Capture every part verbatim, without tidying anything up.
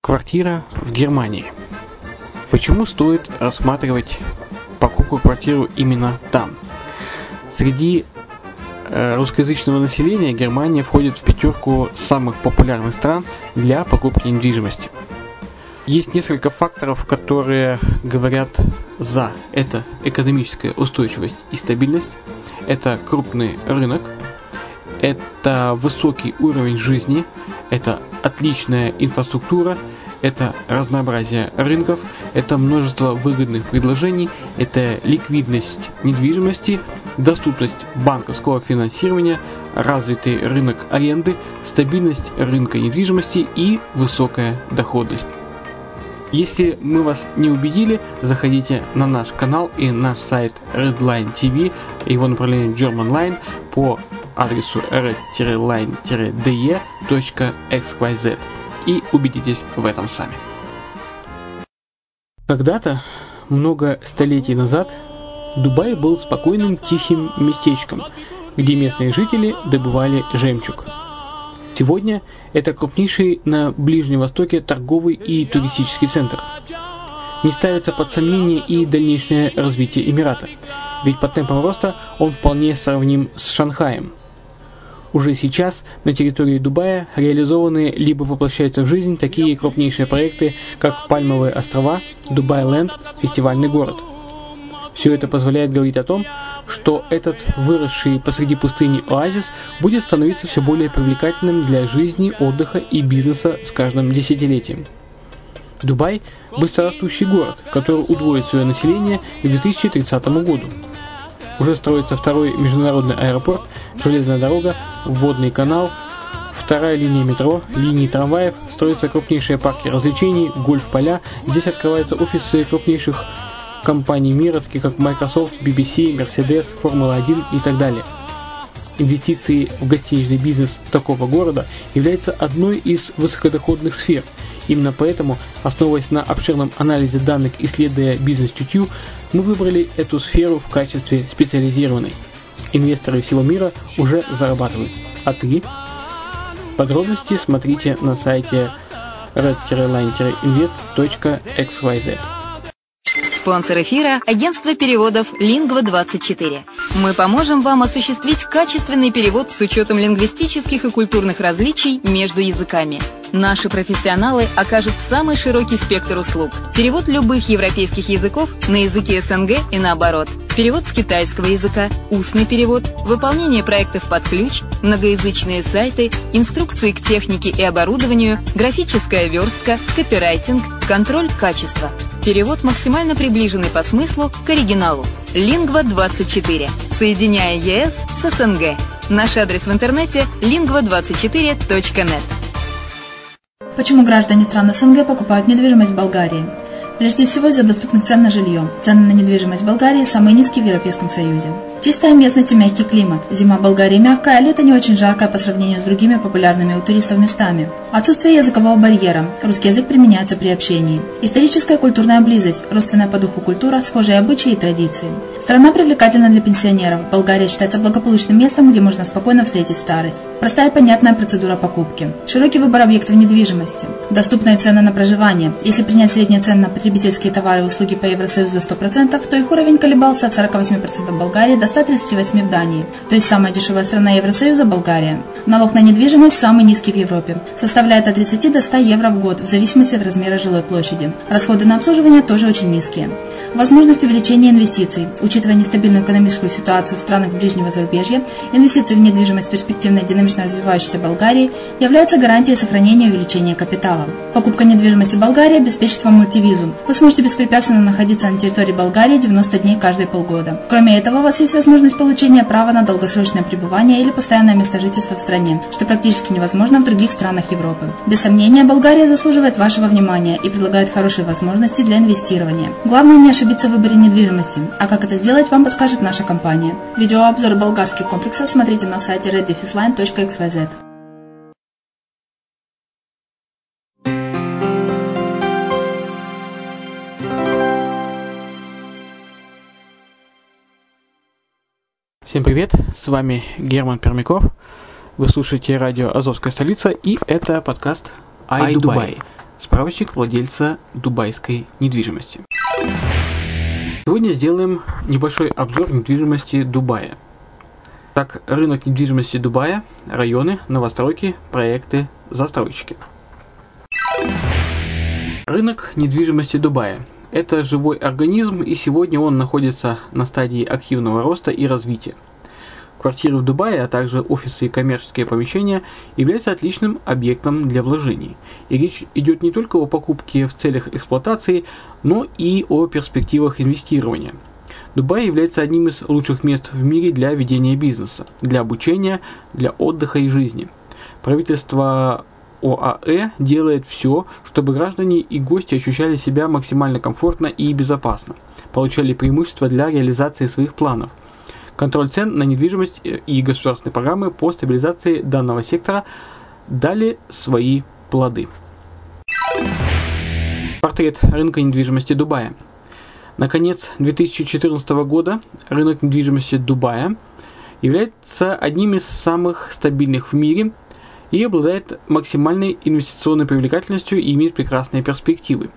Квартира в Германии. Почему стоит рассматривать покупку квартиры именно там? Среди э, русскоязычного населения Германия входит в пятерку самых популярных стран для покупки недвижимости. Есть несколько факторов, которые говорят за. Это экономическая устойчивость и стабильность, это крупный рынок, это высокий уровень жизни, это отличная инфраструктура, это разнообразие рынков, это множество выгодных предложений, это ликвидность недвижимости, доступность банковского финансирования, развитый рынок аренды, стабильность рынка недвижимости и высокая доходность. Если мы вас не убедили, заходите на наш канал и наш сайт Redline ти ви, его направление Germanline по адресу red line d e точка x y z и убедитесь в этом сами. Когда-то, много столетий назад, Дубай был спокойным тихим местечком, где местные жители добывали жемчуг. Сегодня это крупнейший на Ближнем Востоке торговый и туристический центр. Не ставится под сомнение и дальнейшее развитие Эмирата, ведь по темпам роста он вполне сравним с Шанхаем. Уже сейчас на территории Дубая реализованы либо воплощаются в жизнь такие крупнейшие проекты, как Пальмовые острова, Дубай-Ленд, фестивальный город. Все это позволяет говорить о том, что этот выросший посреди пустыни оазис будет становиться все более привлекательным для жизни, отдыха и бизнеса с каждым десятилетием. Дубай – быстрорастущий город, который удвоит свое население к две тысячи тридцатому году. Уже строится второй международный аэропорт, железная дорога, водный канал, вторая линия метро, линии трамваев, строятся крупнейшие парки развлечений, гольф-поля. Здесь открываются офисы крупнейших компаний мира, таких как Microsoft, би би си, Mercedes, Формула один и так далее. Инвестиции в гостиничный бизнес такого города являются одной из высокодоходных сфер. Именно поэтому, основываясь на обширном анализе данных, исследуя бизнес-чутью, мы выбрали эту сферу в качестве специализированной. Инвесторы всего мира уже зарабатывают. А ты? Подробности смотрите на сайте red line invest точка x y z. Спонсор эфира – агентство переводов лингва двадцать четыре. Мы поможем вам осуществить качественный перевод с учетом лингвистических и культурных различий между языками. Наши профессионалы окажут самый широкий спектр услуг. Перевод любых европейских языков на языки эс эн гэ и наоборот. Перевод с китайского языка, устный перевод, выполнение проектов под ключ, многоязычные сайты, инструкции к технике и оборудованию, графическая верстка, копирайтинг, контроль качества. Перевод максимально приближенный по смыслу к оригиналу. лингва двадцать четыре. Соединяя е эс с эс эн гэ. Наш адрес в интернете лингва двадцать четыре точка нет. Почему граждане стран эс эн гэ покупают недвижимость в Болгарии? Прежде всего из-за доступных цен на жилье. Цены на недвижимость в Болгарии самые низкие в Европейском Союзе. Чистая местность и мягкий климат. Зима в Болгарии мягкая, а лето не очень жаркое по сравнению с другими популярными у туристов местами. Отсутствие языкового барьера. Русский язык применяется при общении. Историческая и культурная близость. Родственная по духу культура, схожие обычаи и традиции. Страна привлекательна для пенсионеров. Болгария считается благополучным местом, где можно спокойно встретить старость. Простая и понятная процедура покупки. Широкий выбор объектов недвижимости. Доступные цены на проживание. Если принять средние цены на потребительские товары и услуги по Евросоюзу за сто процентов, то их уровень колебался от сорок восемь процентов в Болгарии до ста тридцати восьми процентов в Дании. То есть самая дешевая страна Евросоюза – Болгария. Налог на недвижимость самый низкий в Европе. Составляет от тридцати до ста евро в год, в зависимости от размера жилой площади. Расходы на обслуживание тоже очень низкие. Возможность увеличения инвестиций. Учитывая нестабильную экономическую ситуацию в странах ближнего зарубежья, инвестиции в недвижимость в перспективной динамично развивающейся Болгарии являются гарантией сохранения и увеличения капитала. Покупка недвижимости в Болгарии обеспечит вам мультивизу. Вы сможете беспрепятственно находиться на территории Болгарии девяносто дней каждые полгода. Кроме этого, у вас есть возможность получения права на долгосрочное пребывание или постоянное место жительства в стране, что практически невозможно в других странах Европы. Без сомнения, Болгария заслуживает вашего внимания и предлагает хорошие возможности для инвестирования. Главное не ошибиться в выборе недвижимости, а как это сделать, вам подскажет наша компания. Видеообзор болгарских комплексов смотрите на сайте red line точка x y z. Всем привет, с вами Герман Пермяков, вы слушаете радио «Азовская столица» и это подкаст «iDubai». Справочник владельца дубайской недвижимости. Сегодня сделаем небольшой обзор недвижимости Дубая. Так, рынок недвижимости Дубая, районы, новостройки, проекты, застройщики. Рынок недвижимости Дубая – это живой организм, и сегодня он находится на стадии активного роста и развития. Квартиры в Дубае, а также офисы и коммерческие помещения являются отличным объектом для вложений. И речь идет не только о покупке в целях эксплуатации, но и о перспективах инвестирования. Дубай является одним из лучших мест в мире для ведения бизнеса, для обучения, для отдыха и жизни. Правительство ОАЭ делает все, чтобы граждане и гости ощущали себя максимально комфортно и безопасно, получали преимущества для реализации своих планов. Контроль цен на недвижимость и государственные программы по стабилизации данного сектора дали свои плоды. Портрет рынка недвижимости Дубая. На конец две тысячи четырнадцатого года рынок недвижимости Дубая является одним из самых стабильных в мире и обладает максимальной инвестиционной привлекательностью и имеет прекрасные перспективы.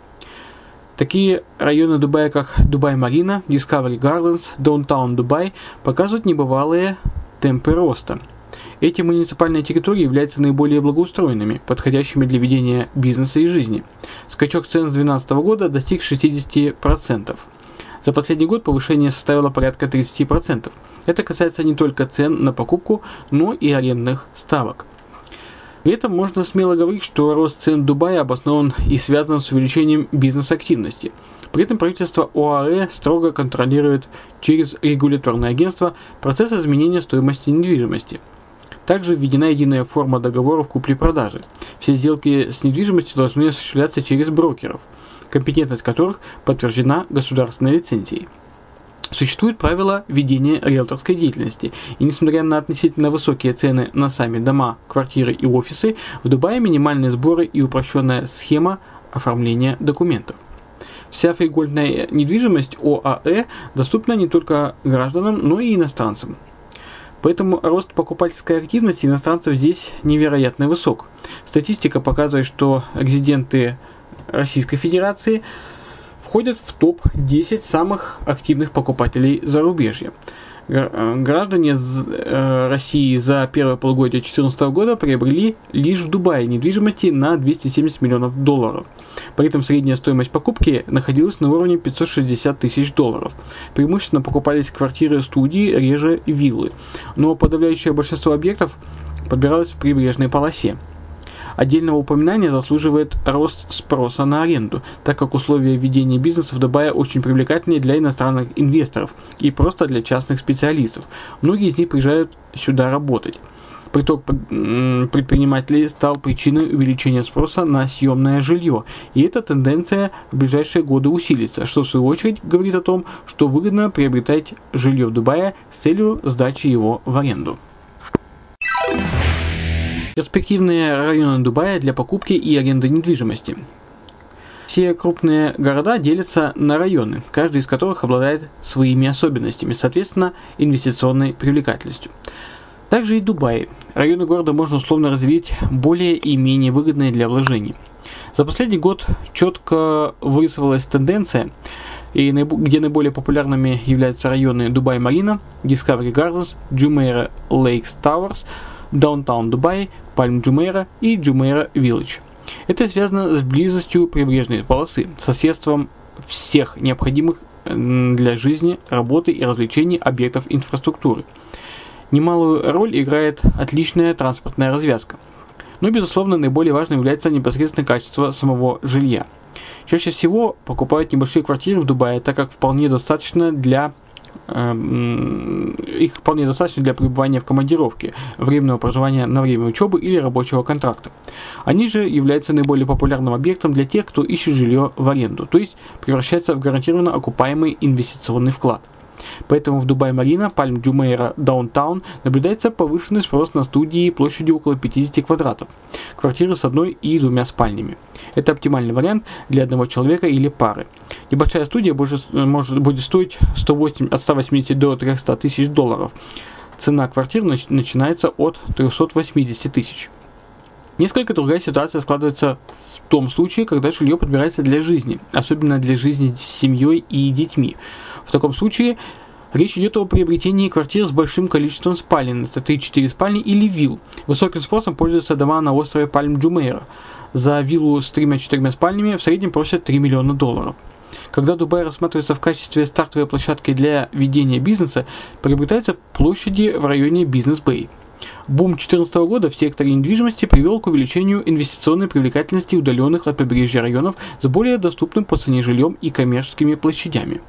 Такие районы Дубая, как Дубай-Марина, Discovery Gardens, Downtown Дубай, показывают небывалые темпы роста. Эти муниципальные территории являются наиболее благоустроенными, подходящими для ведения бизнеса и жизни. Скачок цен с две тысячи двенадцатого года достиг шестидесяти процентов. За последний год повышение составило порядка тридцати процентов. Это касается не только цен на покупку, но и арендных ставок. При этом можно смело говорить, что рост цен в Дубае обоснован и связан с увеличением бизнес-активности. При этом правительство ОАЭ строго контролирует через регуляторное агентство процесс изменения стоимости недвижимости. Также введена единая форма договоров купли-продажи. Все сделки с недвижимостью должны осуществляться через брокеров, компетентность которых подтверждена государственной лицензией. Существуют правила ведения риэлторской деятельности, и несмотря на относительно высокие цены на сами дома, квартиры и офисы, в Дубае минимальные сборы и упрощенная схема оформления документов. Вся фригольная недвижимость ОАЭ доступна не только гражданам, но и иностранцам. Поэтому рост покупательской активности иностранцев здесь невероятно высок. Статистика показывает, что резиденты Российской Федерации входят в топ десять самых активных покупателей зарубежья. Граждане России за первое полугодие две тысячи четырнадцатого года приобрели лишь в Дубае недвижимости на двести семьдесят миллионов долларов. При этом средняя стоимость покупки находилась на уровне пятьсот шестьдесят тысяч долларов. Преимущественно покупались квартиры-студии, реже виллы. Но подавляющее большинство объектов подбиралось в прибрежной полосе. Отдельного упоминания заслуживает рост спроса на аренду, так как условия ведения бизнеса в Дубае очень привлекательны для иностранных инвесторов и просто для частных специалистов. Многие из них приезжают сюда работать. Приток предпринимателей стал причиной увеличения спроса на съемное жилье, и эта тенденция в ближайшие годы усилится, что в свою очередь говорит о том, что выгодно приобретать жилье в Дубае с целью сдачи его в аренду. Перспективные районы Дубая для покупки и аренды недвижимости. Все крупные города делятся на районы, каждый из которых обладает своими особенностями, соответственно, инвестиционной привлекательностью. Также и Дубай. Районы города можно условно разделить более и менее выгодные для вложений. За последний год четко вырисовалась тенденция, и где наиболее популярными являются районы Дубай-Марина, Discovery Gardens, Jumeirah Lakes Towers, Downtown Дубай, Пальм Джумейра и Jumeirah Village. Это связано с близостью прибрежной полосы, соседством всех необходимых для жизни, работы и развлечений объектов инфраструктуры. Немалую роль играет отличная транспортная развязка. Но, безусловно, наиболее важным является непосредственное качество самого жилья. Чаще всего покупают небольшие квартиры в Дубае, так как вполне достаточно для их вполне достаточно для пребывания в командировке, временного проживания на время учебы или рабочего контракта. Они же являются наиболее популярным объектом для тех, кто ищет жилье в аренду, то есть превращается в гарантированно окупаемый инвестиционный вклад. Поэтому в Дубай-Марина, Пальм Джумейра, Даунтаун наблюдается повышенный спрос на студии площадью около пятидесяти квадратов, квартиры с одной и двумя спальнями. Это оптимальный вариант для одного человека или пары. Небольшая студия может, может, будет стоить сто восемьдесят, от ста восьмидесяти до трехсот тысяч долларов. Цена квартир нач, начинается от трехсот восьмидесяти тысяч. Несколько другая ситуация складывается в том случае, когда жилье подбирается для жизни, особенно для жизни с семьей и детьми. В таком случае речь идет о приобретении квартир с большим количеством спален, это три-четыре спальни или вилл. Высоким спросом пользуются дома на острове Пальм-Джумейра. За виллу с тремя-четырьмя спальнями в среднем просят три миллиона долларов. Когда Дубай рассматривается в качестве стартовой площадки для ведения бизнеса, приобретаются площади в районе Бизнес-Бэй. Бум две тысячи четырнадцатого года в секторе недвижимости привел к увеличению инвестиционной привлекательности удаленных от побережья районов с более доступным по цене жильем и коммерческими площадями.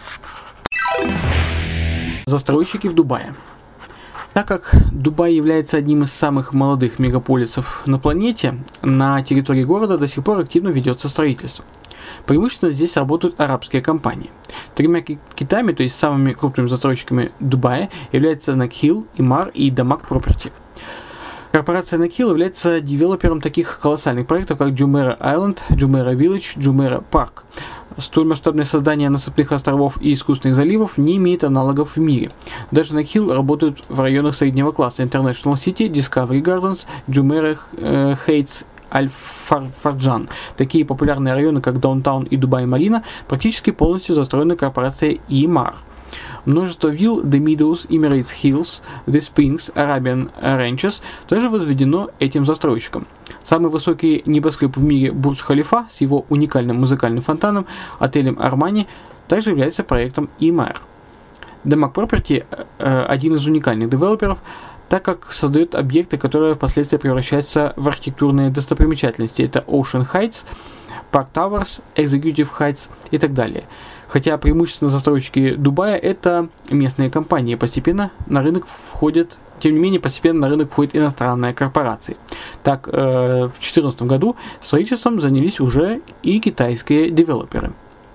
Застройщики в Дубае. Так как Дубай является одним из самых молодых мегаполисов на планете, на территории города до сих пор активно ведется строительство. Преимущественно здесь работают арабские компании. Тремя китами, то есть самыми крупными застройщиками Дубая, являются Nakheel, Emaar и Damac Property. Корпорация Nakheel является девелопером таких колоссальных проектов, как Jumeirah Island, Jumeirah Village, Jumeirah Park. Столь масштабное создание насыпных островов и искусственных заливов не имеет аналогов в мире. Даже Nakheel работают в районах среднего класса: International City, Discovery Gardens, Jumeirah э, Heights, Аль-Фарджан. Такие популярные районы, как Даунтаун и Дубай-Марина, практически полностью застроены корпорацией Emaar. Множество вилл The Meadows, Emirates Hills, The Springs, Arabian Ranches тоже возведено этим застройщиком. Самый высокий небоскреб в мире Бурдж-Халифа с его уникальным музыкальным фонтаном, отелем Армани, также является проектом Emaar. Damac Property э, один из уникальных девелоперов, так как создает объекты, которые впоследствии превращаются в архитектурные достопримечательности. Это Ocean Heights, Park Towers, Executive Heights и так далее. Хотя преимущественно застройщики Дубая это местные компании, постепенно на рынок входят, тем не менее постепенно на рынок входят иностранные корпорации. Так, э, в две тысячи четырнадцатом году строительством занялись уже и китайские девелоперы.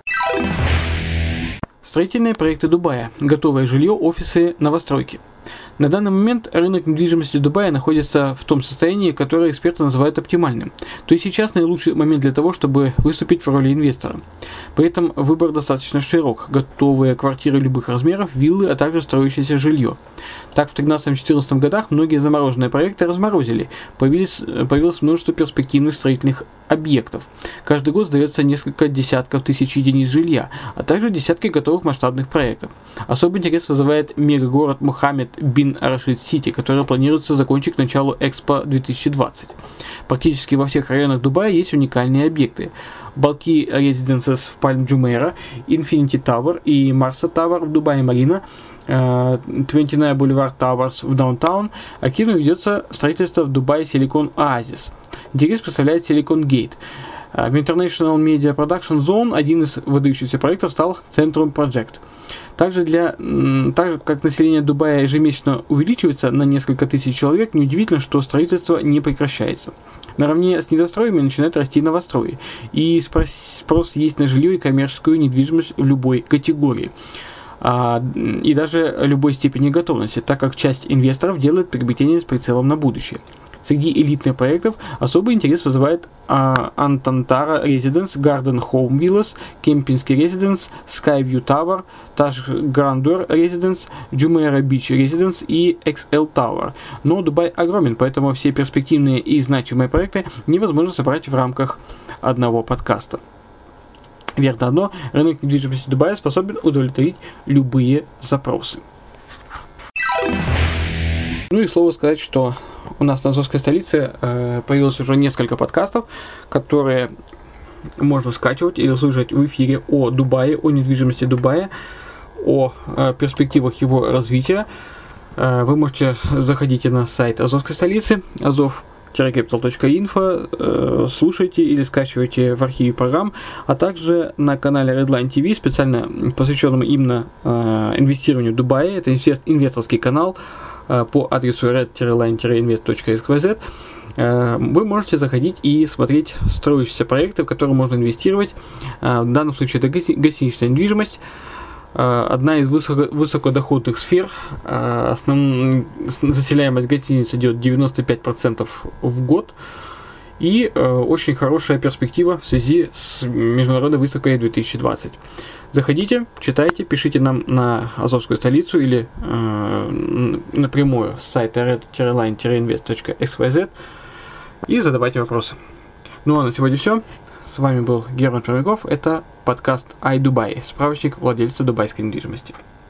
Строительные проекты Дубая. Готовое жилье, офисы, новостройки. На данный момент рынок недвижимости Дубая находится в том состоянии, которое эксперты называют оптимальным. То есть сейчас наилучший момент для того, чтобы выступить в роли инвестора. При этом выбор достаточно широк. Готовые квартиры любых размеров, виллы, а также строящееся жилье. Так, в тринадцатом-четырнадцатом годах многие замороженные проекты разморозили. Появились, появилось множество перспективных строительных объектов. Каждый год сдается несколько десятков тысяч единиц жилья, а также десятки готовых масштабных проектов. Особый интерес вызывает мегагород Мухаммед бин Рашид Сити, который планируется закончить к началу Экспо две тысячи двадцать. Практически во всех районах Дубая есть уникальные объекты. Балки Residences в Пальм-Джумейра, Infinity Tower и Marsa Tower в Дубае-Марина, двадцать девять Boulevard Towers в Даунтаун. Активно ведется строительство в Дубае Silicon Oasis. Интерес представляет Silicon Gate. В International Media Production Zone один из выдающихся проектов стал Centrum Project. Также, для, так же, как население Дубая ежемесячно увеличивается на несколько тысяч человек, неудивительно, что строительство не прекращается. Наравне с недостроями начинают расти новострои, и спрос, спрос есть на жилье и коммерческую недвижимость в любой категории. А, и даже любой степени готовности, так как часть инвесторов делает приобретение с прицелом на будущее. Среди элитных проектов особый интерес вызывает а, Антантара Residence, Garden Home Villas, Кемпинский Residence, Skyview Tower, Taj Grandeur Residence, Jumeirah Beach Residence и икс эл Tower. Но Дубай огромен, поэтому все перспективные и значимые проекты невозможно собрать в рамках одного подкаста. Верно одно, рынок недвижимости Дубая способен удовлетворить любые запросы. Ну и слово сказать, что у нас на Азовской столице э, появилось уже несколько подкастов, которые можно скачивать или слушать в эфире о Дубае, о недвижимости Дубая, о э, перспективах его развития. Э, вы можете заходить на сайт Азовской столицы, азов капитал точка инфо, э, слушайте или скачивайте в архиве программ, а также на канале Redline ти ви, специально посвященному именно э, инвестированию в Дубае. Это инвесторский канал э, по адресу red line invest точка эс кей зет. Э, вы можете заходить и смотреть строящиеся проекты, в которые можно инвестировать. Э, в данном случае это гости- гостиничная недвижимость. Одна из высоко, высокодоходных сфер. Основная заселяемость гостиниц идет девяносто пять процентов в год. И э, очень хорошая перспектива в связи с международной выставкой две тысячи двадцать. Заходите, читайте, пишите нам на Азовскую столицу или э, напрямую с сайта red line invest точка эс кей зет. и задавайте вопросы. Ну а на сегодня все. С вами был Герман Пермяков. Это подкаст iDubai, справочник владельца дубайской недвижимости.